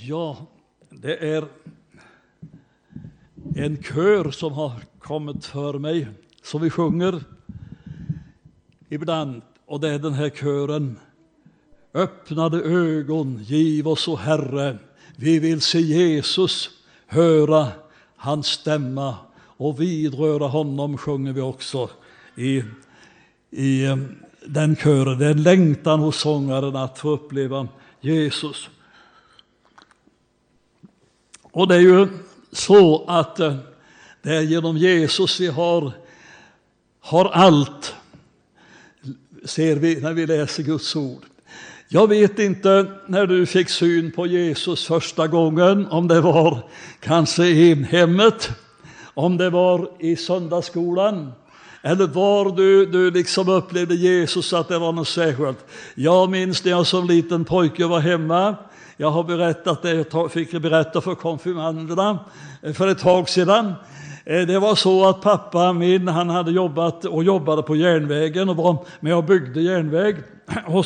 Ja, det är en kör som har kommit för mig, som vi sjunger ibland. Och det är den här kören. Öppnade ögon, giv oss, o Herre. Vi vill se Jesus, höra hans stämma och vidröra honom, sjunger vi också i den kören. Det är en längtan hos sångaren att få uppleva Jesus. Och det är ju så att det är genom Jesus vi har allt, ser vi när vi läser Guds ord. Jag vet inte när du fick syn på Jesus första gången, om det var kanske i hemmet, om det var i söndagsskolan, eller var du liksom upplevde Jesus att det var något särskilt. Jag minns när jag som liten pojke var hemma. Jag har berättat det, jag fick berätta för konfirmanderna för ett tag sedan. Det var så att pappa min, han hade jobbade på järnvägen och var med och byggde järnväg. Och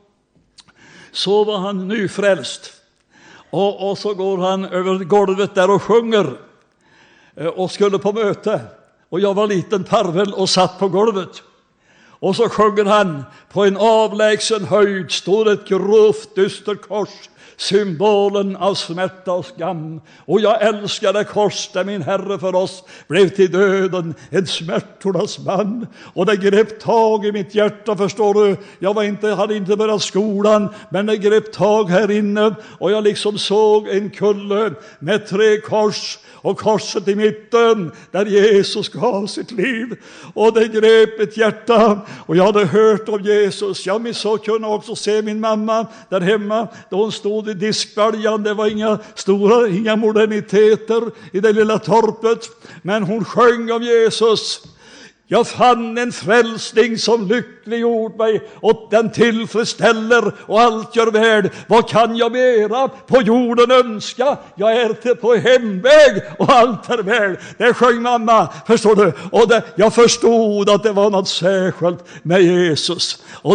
så var han nyfrälst. Och så går han över golvet där och sjunger och skulle på möte. Och jag var liten parvel och satt på golvet. Och så sjunger han: på en avlägsen höjd står ett grovt dystert kors, symbolen av smärta och skam. Och jag älskade kors där min Herre för oss blev till döden en smärtornas man. Och det grep tag i mitt hjärta, förstår du. Jag hade inte börjat skolan, men det grep tag här inne. Och jag liksom såg en kulle med 3 kors, och korset i mitten där Jesus gav sitt liv. Och det grep ett hjärta. Och jag hade hört om Jesus. Jag så kunde också se min mamma där hemma då hon stod i diskbaljan. Det var inga moderniteter i det lilla torpet, men hon sjöng om Jesus. Jag fann en frälsning som lyckliggjort mig, och den tillfredsställer och allt gör väl. Vad kan jag mera på jorden önska? Jag är på hemväg och allt är väl. Det sjöng mamma, förstår du? Och jag förstod att det var något särskilt med Jesus. Och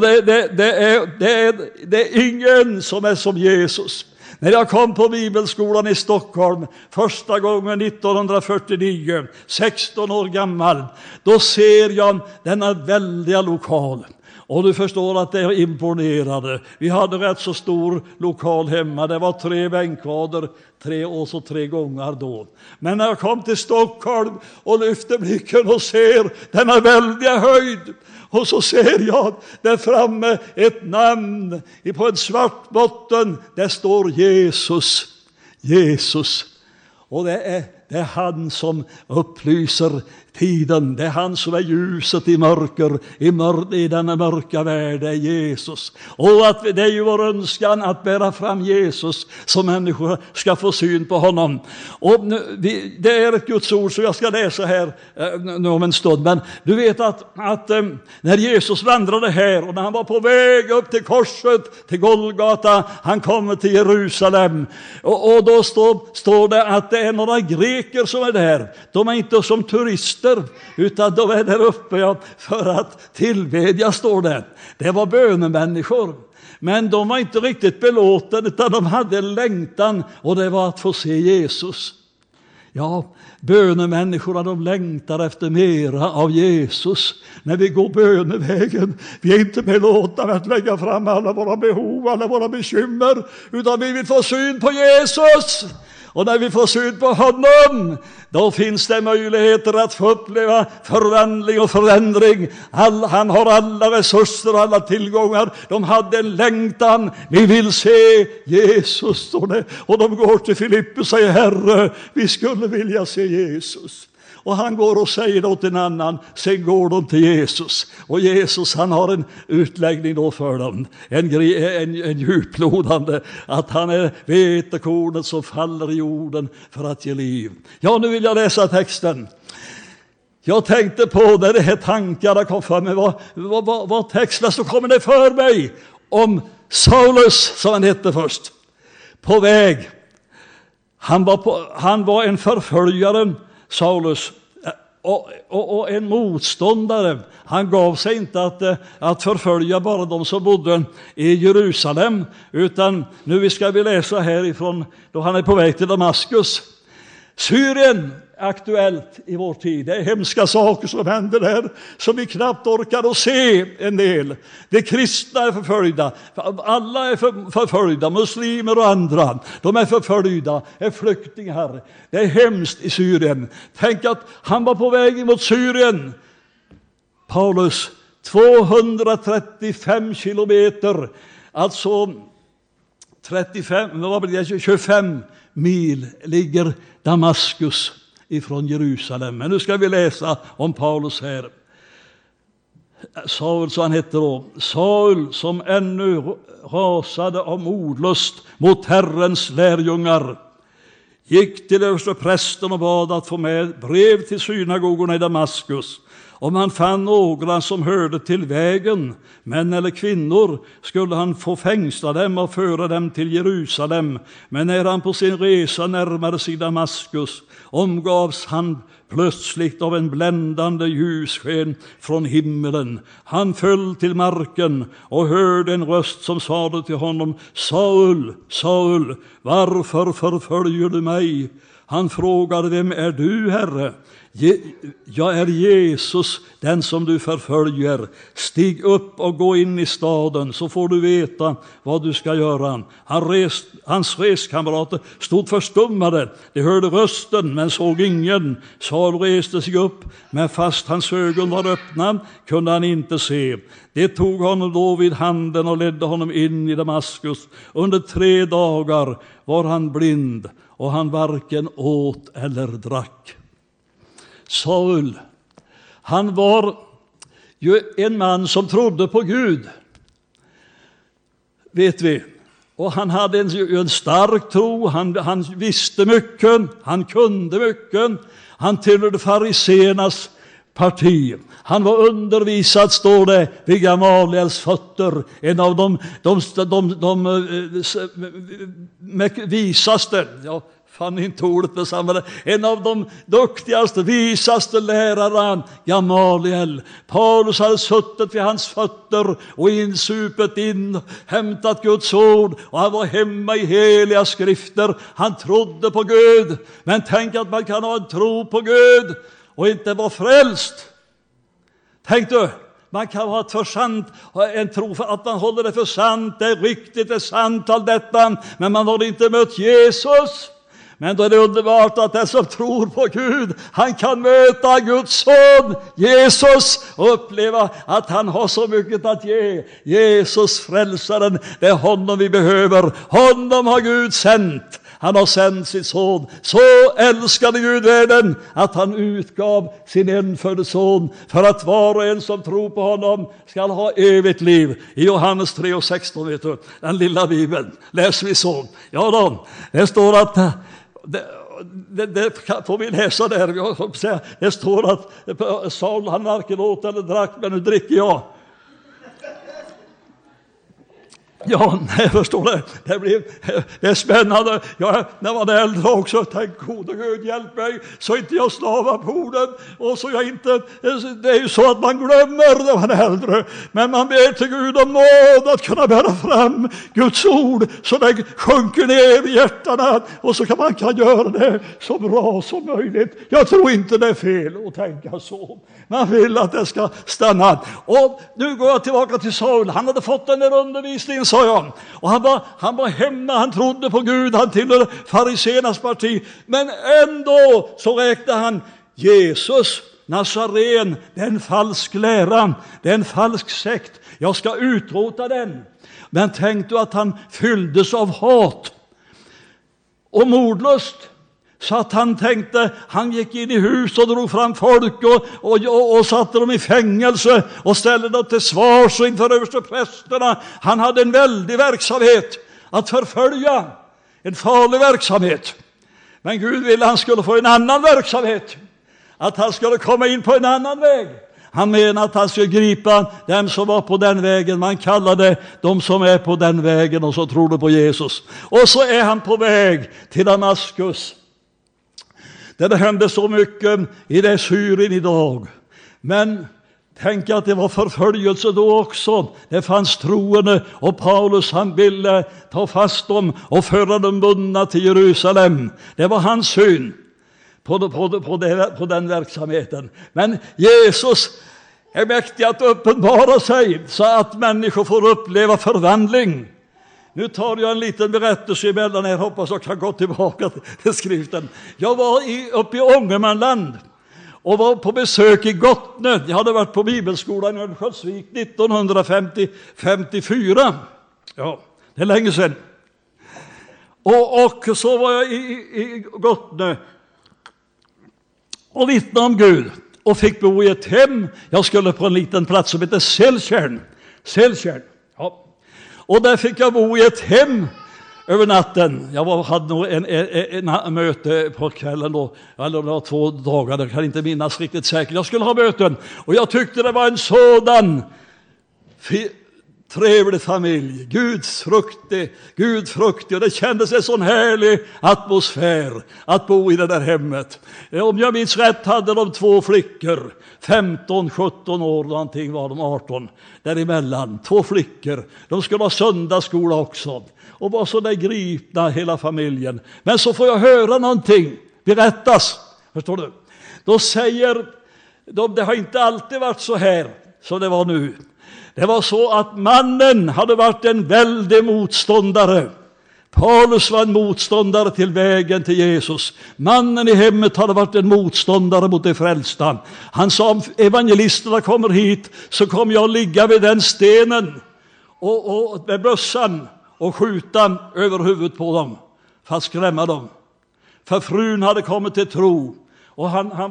det är ingen som är som Jesus. När jag kom på bibelskolan i Stockholm första gången 1949, 16 år gammal, då ser jag denna väldiga lokal. Och du förstår att det imponerade. Vi hade rätt så stor lokal hemma. Det var 3 bänkrader, 3 gångar då. Men när jag kom till Stockholm och lyfter blicken och ser denna väldiga höjd, och så ser jag där framme ett namn på en svart botten. Där står Jesus. Jesus. Och det är han som upplyser tiden. Det är han som är ljuset i mörker, i denna mörka värld, är Jesus. Och att det är ju vår önskan att bära fram Jesus, så människor ska få syn på honom. Och det är ett Guds ord som jag ska läsa här om en stund. Men du vet att när Jesus vandrade här och när han var på väg upp till korset, till Golgata, han kommer till Jerusalem. Och då står det att det är några greker som är där. De är inte som turister, utan de är där uppe för att tillbedja, står det. Det var bönemänniskor. Men de var inte riktigt belåtna, utan de hade en längtan, och det var att få se Jesus. Ja, bönemänniskorna, de längtar efter mera av Jesus. När vi går bönevägen, vi är inte belåtna med att lägga fram alla våra behov, alla våra bekymmer, utan vi vill få syn på Jesus. Och när vi får syn på honom, då finns det möjligheter att få uppleva förvandling och förändring. Han har alla resurser och alla tillgångar. De hade en längtan. Vi vill se Jesus, står det. Och de går till Filippus och säger: Herre, vi skulle vilja se Jesus. Och han går och säger då till en annan. Sen går de till Jesus. Och Jesus, han har en utläggning då för dem. En djuplodande. Att han är vetekornet som faller i jorden för att ge liv. Ja, nu vill jag läsa texten. Jag tänkte på när det här tankarna kom för mig. Vad texten, så kommer det för mig om Saulus, som han hette först. På väg. Han var en förföljare, Saulus, och en motståndare. Han gav sig inte att förfölja bara de som bodde i Jerusalem, utan nu ska vi läsa härifrån då han är på väg till Damaskus. Syrien är aktuellt i vår tid. Det är hemska saker som händer där som vi knappt orkar att se en del. De kristna är förföljda. Alla är förföljda, muslimer och andra. De är förföljda, är flyktingar. Det är hemskt i Syrien. Tänk att han var på väg mot Syrien. Paulus, 235 kilometer, alltså 25 mil ligger Damaskus ifrån Jerusalem. Men nu ska vi läsa om Paulus här. Saul, så han hette då, Saul som ännu rasade av mordlust mot Herrens lärjungar, gick till översteprästen och bad att få med brev till synagogorna i Damaskus. Om han fann några som hörde till vägen, män eller kvinnor, skulle han få fängsla dem och föra dem till Jerusalem. Men när han på sin resa närmade sig Damaskus omgavs han plötsligt av en bländande ljussken från himmelen. Han föll till marken och hörde en röst som sade till honom: Saul, Saul, varför förföljer du mig? Han frågade: vem är du, Herre? Jag är Jesus, den som du förföljer. Stig upp och gå in i staden, så får du veta vad du ska göra. Hans reskamrater stod förstummade. De hörde rösten men såg ingen. Saul reste sig upp, men fast hans ögon var öppna kunde han inte se. Det tog honom då vid handen och ledde honom in i Damaskus. Under 3 dagar var han blind, och han varken åt eller drack. Saul, han var ju en man som trodde på Gud, vet vi. Och han hade en stark tro, han visste mycket, han kunde mycket. Han tillhörde fariséernas parti. Han var undervisad, står det, vid Gamaliels fötter. En av de visaste, fann inte ordet besamma, en av de duktigaste, visaste lärarna, Gamaliel. Paulus hade suttit vid hans fötter och insupet in, hämtat Guds ord, och han var hemma i heliga skrifter. Han trodde på Gud. Men tänk att man kan ha en tro på Gud och inte vara frälst. Tänk du, man kan ha en tro för att man håller det för sant, det är riktigt, det är sant allt detta, men man har inte mött Jesus. Men då är det underbart att den som tror på Gud, han kan möta Guds son Jesus och uppleva att han har så mycket att ge. Jesus, frälsaren, det är honom vi behöver. Honom har Gud sänt. Han har sänt sitt son. Så älskade Gud världen att han utgav sin enfödde son för att var och en som tror på honom ska ha evigt liv. I Johannes 3:16, vet du, den lilla bibeln, läser vi så. Ja då, det står att det får vi läsa där. Det står att Saul, han varken åt eller drack, men nu dricker jag. Ja, jag förstår det. Det är spännande. När man är äldre också, tänk, gode Gud, hjälp mig så inte jag slavar på orden. Och så jag inte, det är ju så att man glömmer när man är äldre. Men man ber till Gud om nåd att kunna bära fram Guds ord så det sjunker ner i hjärtarna. Och så kan man göra det så bra som möjligt. Jag tror inte det är fel att tänka så. Man vill att det ska stanna. Och nu går jag tillbaka till Saul. Han hade fått den där undervisningen, sa jag. Och han var hemma, han trodde på Gud, han tillhörde fariséernas parti. Men ändå så räknade han Jesus, Nazaren, det är en falsk lära, det är en falsk sekt. Jag ska utrota den. Men tänk du att han fylldes av hat och mordlust. Så att han tänkte, han gick in i hus och drog fram folk och satte dem i fängelse och ställde dem till svars inför översteprästerna. Han hade en väldig verksamhet att förfölja, en farlig verksamhet. Men Gud ville han skulle få en annan verksamhet, att han skulle komma in på en annan väg. Han menade att han skulle gripa dem som var på den vägen. Man kallade de som är på den vägen och så trodde på Jesus. Och så är han på väg till Damaskus. där det hände så mycket i det Syrien idag. Men tänk att det var förföljelse då också. Det fanns troende och Paulus han ville ta fast dem och föra dem bundna till Jerusalem. Det var hans syn på den verksamheten. Men Jesus är mäktig att uppenbara sig så att människor får uppleva förvandling. Nu tar jag en liten berättelse emellan här, hoppas jag kan gå tillbaka till skriften. Jag var uppe i Ångermanland och var på besök i Gottne. Jag hade varit på bibelskolan i Örnsköldsvik 1954. Ja, det är länge sedan. Och så var jag i Gottne och vittnade om Gud och fick bo i ett hem. Jag skulle på en liten plats som heter Sälltjärn. Ja. Och där fick jag bo i ett hem över natten. Jag hade nog en möte på kvällen då, eller det var 2 dagar, jag kan inte minnas riktigt säkert. Jag skulle ha möten och jag tyckte det var en sådan trevlig familj, gudfruktig, och det kändes en sån härlig atmosfär att bo i det där hemmet. Om jag minns rätt hade de 2 flickor, 15, 17 år, någonting var de 18, däremellan, 2 flickor. De skulle ha söndagsskola också och var så där gripna hela familjen. Men så får jag höra någonting berättas, förstår du? Då säger de, det har inte alltid varit så här som det var nu. Det var så att mannen hade varit en väldig motståndare. Paulus var en motståndare till vägen till Jesus. Mannen i hemmet hade varit en motståndare mot de frälsta. Han sa, om evangelisterna kommer hit så kommer jag ligga vid den stenen och med bössan och skjuta över huvudet på dem för att skrämma dem. För frun hade kommit till tro. Och han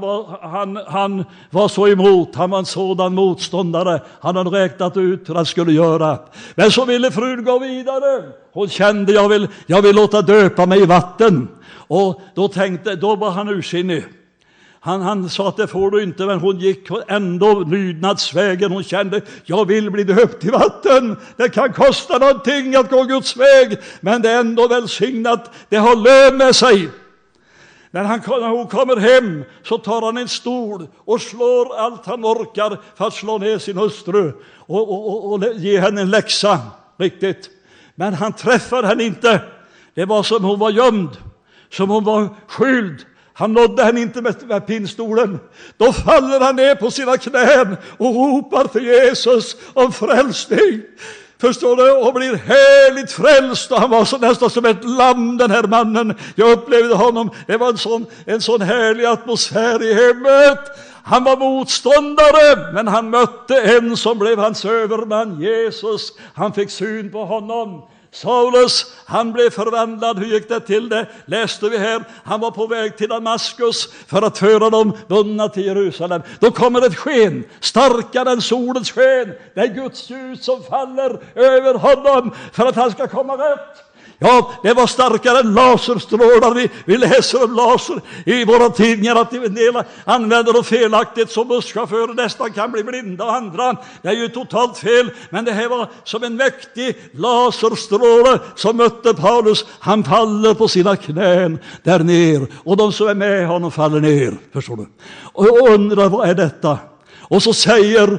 var så emot, han var en sådan motståndare. Han hade räknat ut hur han skulle göra. Men så ville frun gå vidare. Hon kände, jag vill låta döpa mig i vatten. Och då var han ursinnig. Han sa att det får du inte, men hon gick ändå lydnadsvägen. Hon kände, jag vill bli döpt i vatten. Det kan kosta någonting att gå Guds väg, men det är ändå välsignat. Det har lön med sig. När hon kommer hem så tar han en stol och slår allt han orkar för att slå ner sin hustru och ge henne en läxa, riktigt. Men han träffar henne inte. Det var som hon var gömd, som hon var skyldig. Han nådde henne inte med pinnstolen. Då faller han ner på sina knän och ropar för Jesus om frälsning. Förstår du? Och blir härligt frälst. Och han var så nästan som ett lamm, den här mannen. Jag upplevde honom. Det var en sån härlig atmosfär i hemmet. Han var motståndare, men han mötte en som blev hans överman, Jesus. Han fick syn på honom. Saulus, han blev förvandlad. Hur gick det till det? Läste vi här. Han var på väg till Damaskus för att föra dem bundna till Jerusalem. Då kommer ett sken, starkare än solens sken. Det är Guds ljus som faller över honom för att han ska komma rätt. Ja, det var starkare än laserstrålar. Vi läser om laser i våra tidningar att en del använder det felaktigt, som busschaufförer nästan kan bli blinda och andra. Det är ju totalt fel, men det här var som en mäktig laserstråle som mötte Paulus. Han faller på sina knän där ner och de som är med honom faller ner, förstår du. Och jag undrar, vad är detta? Och så säger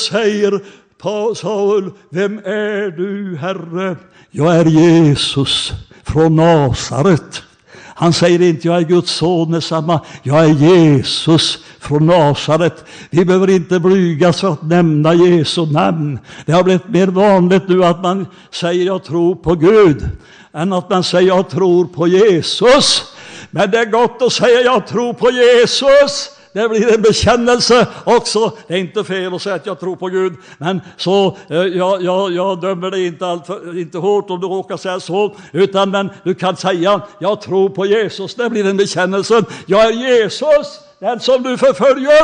Saul, vem är du, Herre? Jag är Jesus från Nasaret. Han säger inte, jag är Guds son med samma. Jag är Jesus från Nasaret. Vi behöver inte blygas för att nämna Jesu namn. Det har blivit mer vanligt nu att man säger jag tror på Gud än att man säger jag tror på Jesus. Men det är gott att säga jag tror på Jesus. Det blir en bekännelse också. Det är inte fel att säga att jag tror på Gud. Men så, jag dömer dig inte hårt om du råkar säga så. Men du kan säga, jag tror på Jesus. Det blir en bekännelse. Jag är Jesus, den som du förföljer.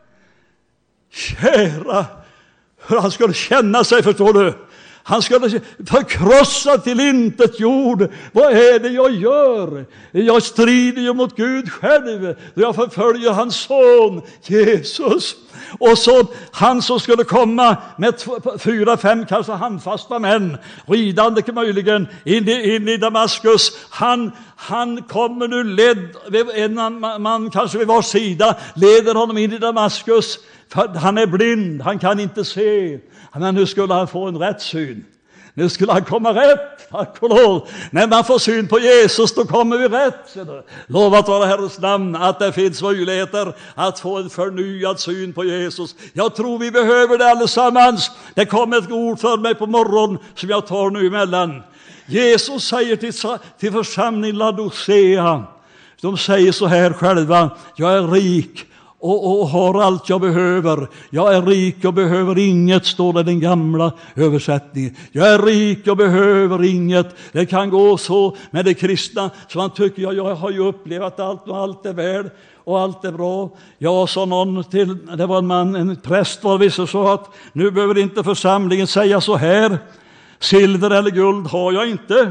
Kära, hur han skulle känna sig, förstår du. Han skulle förkrossa till intet jord. Vad är det jag gör? Jag strider ju mot Gud själv. Jag förföljer hans son Jesus. Och så han som skulle komma med 4-5 kanske handfasta män, ridande möjligen in i Damaskus. Han kommer nu ledd, en man kanske vid var sida, leder honom in i Damaskus. För han är blind, han kan inte se. Men nu skulle han få en rätt syn. Nu skulle han komma rätt. Tack och lov. När man får syn på Jesus, då kommer vi rätt. Lovat vara Herrens namn att det finns möjligheter att få en förnyad syn på Jesus. Jag tror vi behöver det allesammans. Det kom ett ord för mig på morgon som jag tar nu emellan. Jesus säger till församlingen Laodicea. De säger så här själva: jag är rik och har allt jag behöver. Jag är rik och behöver inget, står det i den gamla översättningen. Jag är rik och behöver inget. Det kan gå så med det kristna, så man tycker jag har ju upplevt allt och allt är väl och allt är bra. Jag sa någon till, det var en man, en präst var vissa, så att nu behöver inte församlingen säga så här: silver eller guld har jag inte.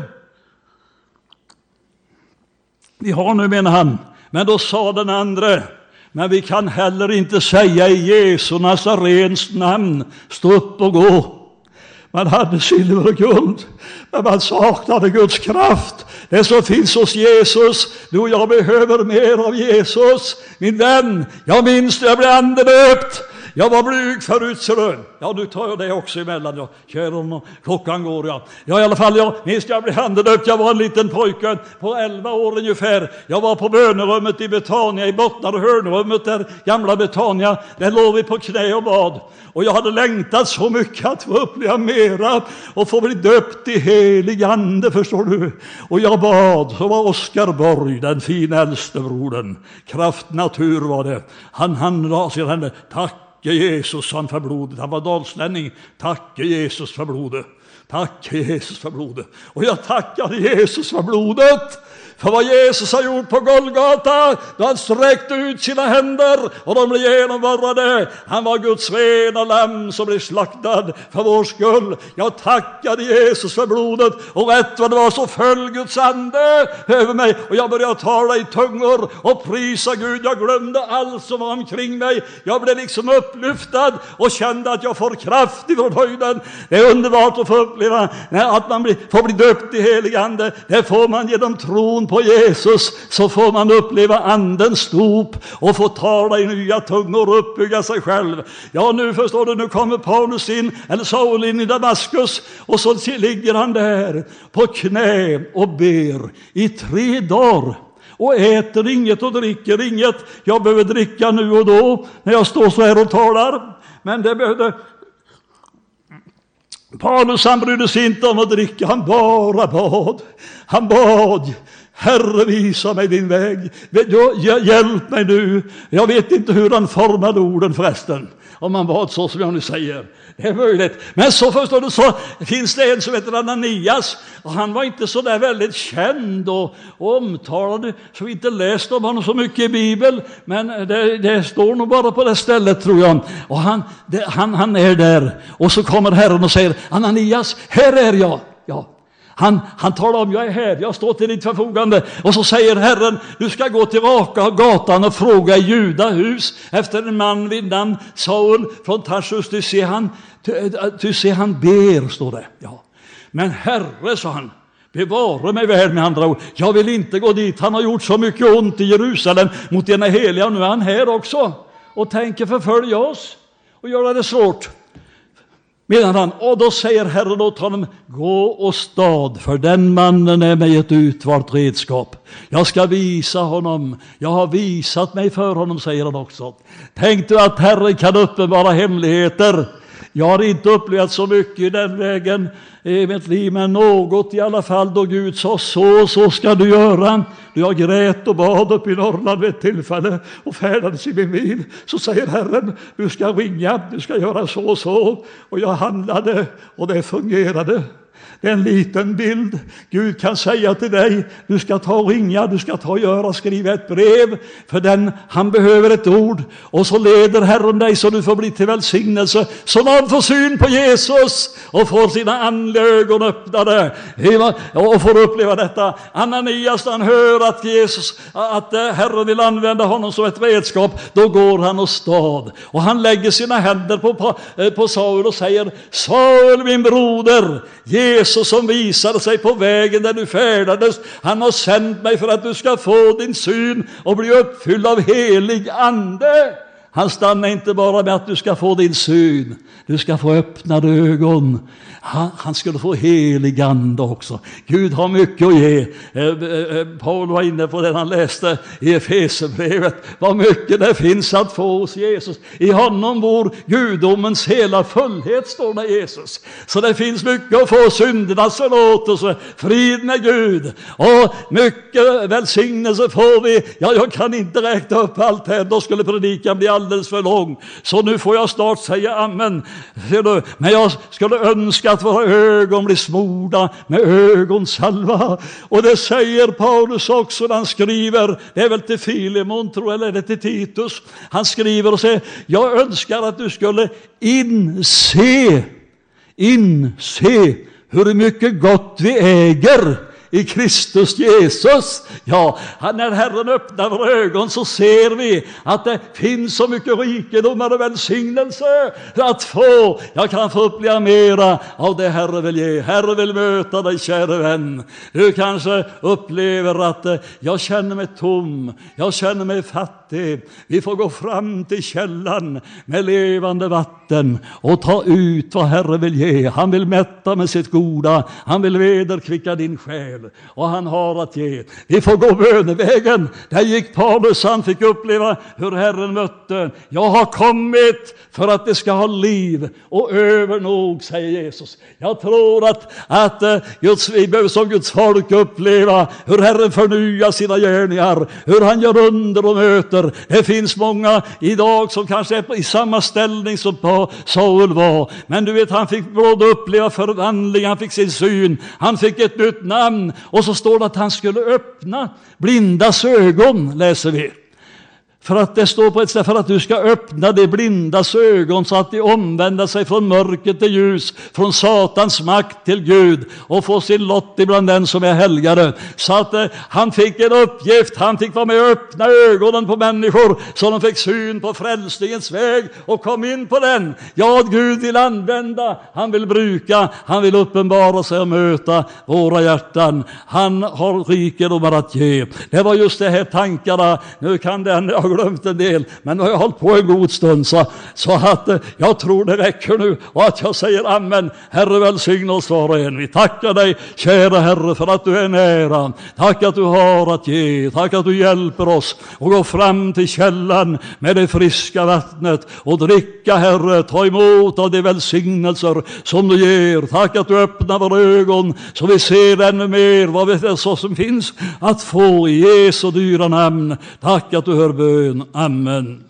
Vi har nu, menar han. Men då sa den andra: men vi kan heller inte säga i Jesu Nazarens namn, stå upp och gå. Man hade silver och guld, men man saknade Guds kraft. Det som finns hos Jesus. Du och jag behöver mer av Jesus. Min vän, jag minns när jag blev andedöpt. Jag var blyg förut, ser du. Ja, nu tar jag det också emellan. Ja. Kör klockan går, ja. Ja, i alla fall, jag minns jag blev andedöpt. Jag var en liten pojke på 11 år ungefär. Jag var på bönerummet i Betania, i bottnar och hörnrummet där, gamla Betania. Där låg vi på knä och bad. Och jag hade längtat så mycket att få uppleva mera och få bli döpt i helig ande, förstår du. Och jag bad, så var Oskar Borg, den fina äldste brodern. Kraftnatur var det. Han la sig henne, tack Jesus han för blodet. Han var dalslänning. Tack Jesus för blodet. Tack Jesus för blodet. Och jag tackade Jesus för blodet. För vad Jesus har gjort på Golgata, då han sträckte ut sina händer och de blev genomvarrade. Han var Guds rena lamm som blev slaktad för vår skull. Jag tackade Jesus för blodet, och rätt vad det var så föll Guds ande över mig. Och jag började tala i tungor och prisa Gud. Jag glömde allt som var omkring mig. Jag blev liksom upplyftad och kände att jag får kraft ifrån höjden. Det är underbart att få uppleva att man får bli döpt i helig ande. Det får man genom tron på Jesus, så får man uppleva andens dop och få tala i nya tungor och uppbygga sig själv. Ja, nu förstår du, nu kommer Paulus in, eller Saul in i Damaskus, och så ligger han där på knä och ber i 3 dagar. Och äter inget och dricker inget. Jag behöver dricka nu och då när jag står så här och talar. Men det behövde Paulus, han brydde sig inte om att dricka. Han bara bad. Han bad: Herre, visa mig din väg. Hjälp mig nu. Jag vet inte hur han formade orden förresten. Om man bad så som jag nu säger. Det är möjligt. Men så förstår du, så finns det en som heter Ananias. Och han var inte så där väldigt känd och omtalad. Så vi inte läst om honom så mycket i Bibeln. Men det står nog bara på det stället, tror jag. Och han är där. Och så kommer Herren och säger: Ananias, här är jag. Ja. Han talar om: jag är här, jag står till ditt förfogande. Och så säger Herren: du ska gå till raka gatan och fråga i Judahus efter en man vid namn Saul från Tarsus. Du ser han ber, står det. Ja. Men Herre, sa han, bevara mig väl, med andra ord. Jag vill inte gå dit. Han har gjort så mycket ont i Jerusalem mot dina heliga, och nu är han här också och tänker förfölja oss och göra det svårt. Medan han, och då säger Herren åt honom: gå och stad, för den mannen är mig ett utvalt redskap. Jag ska visa honom. Jag har visat mig för honom, säger han också. Tänk du att Herren kan uppenbara hemligheter. Jag har inte upplevt så mycket i den vägen i mitt liv, men något i alla fall då Gud sa: så ska du göra. Då jag grät och bad upp i Norrland vid ett tillfälle och färdades i min bil, så säger Herren: du ska ringa, du ska göra så och så. Och jag handlade och det fungerade. Det är en liten bild. Gud kan säga till dig: du ska ta och ringa, du ska ta och göra, skriva ett brev för den, han behöver ett ord. Och så leder Herren dig så du får bli till välsignelse, så någon får syn på Jesus och får sina andliga ögon öppnade och får uppleva detta. Ananias, han hör att Herren vill använda honom som ett redskap. Då går han och stad, och han lägger sina händer på Saul och säger: Saul, min broder, Jesus som visade sig på vägen där du färdades. Han har sänt mig för att du ska få din syn och bli uppfylld av helig ande. Han stannar inte bara med att du ska få din syn. Du ska få öppnade ögon. Han skulle få helig ande också. Gud har mycket att ge. Paul var inne på det han läste i Efesierbrevet. Vad mycket det finns att få hos Jesus. I honom bor gudomens hela fullhet, står det Jesus. Så det finns mycket att få: syndernas förlåtelse, frid med Gud. Och mycket välsignelse får vi. Ja, jag kan inte räkna upp allt här. Då skulle predikan bli alldeles för lång. Så nu får jag snart säga amen. Men jag skulle önska att våra ögon blir smorda med ögonsalva. Och det säger Paulus också när han skriver, det är väl till Filemon tror jag, eller är det till Titus. Han skriver och säger: jag önskar att du skulle inse hur mycket gott vi äger i Kristus Jesus. Ja, när Herren öppnar våra ögon så ser vi att det finns så mycket rikedomar och välsignelse att få. Jag kan få uppleva mera av det Herren vill ge. Herren vill möta dig, kära vän. Du kanske upplever att jag känner mig tom, jag känner mig fattig. Vi får gå fram till källan med levande vatten och ta ut vad Herren vill ge. Han vill mätta med sitt goda. Han vill vederkvicka din själ. Och han har att ge. Vi får gå bönevägen. Där gick Paulus, han fick uppleva hur Herren mötte. Jag har kommit för att det ska ha liv och övernog, säger Jesus. Jag tror att vi behöver som Guds folk uppleva hur Herren förnyar sina gärningar, hur han gör under och möter. Det finns många idag som kanske är i samma ställning som Saul var. Men du vet, han fick både uppleva förvandling, han fick sin syn, han fick ett nytt namn. Och så står det att han skulle öppna blindas ögon, läser vi. För att det står på ett ställe, för att du ska öppna de blindas ögon så att de omvänder sig från mörker till ljus, från Satans makt till Gud och få sin lott ibland den som är helgare. Så att han fick en uppgift, han fick vara med och öppna ögonen på människor så de fick syn på frälsningens väg och kom in på den. Ja, Gud vill använda, han vill bruka, han vill uppenbara sig och möta våra hjärtan. Han har rikedomar att ge. Det var just det här tankarna. Nu kan den glömt en del, men nu har jag hållit på en god stund så att jag tror det räcker nu och att jag säger amen. Herre, välsigna oss var och en. Vi tackar dig, kära Herre, för att du är nära. Tack att du har att ge. Tack att du hjälper oss och gå fram till källan med det friska vattnet och dricka, Herre. Ta emot av de välsignelser som du ger. Tack att du öppnar våra ögon så vi ser ännu mer vad det är så som finns att få i Jesu dyra namn. Tack att du hör bön. Amen.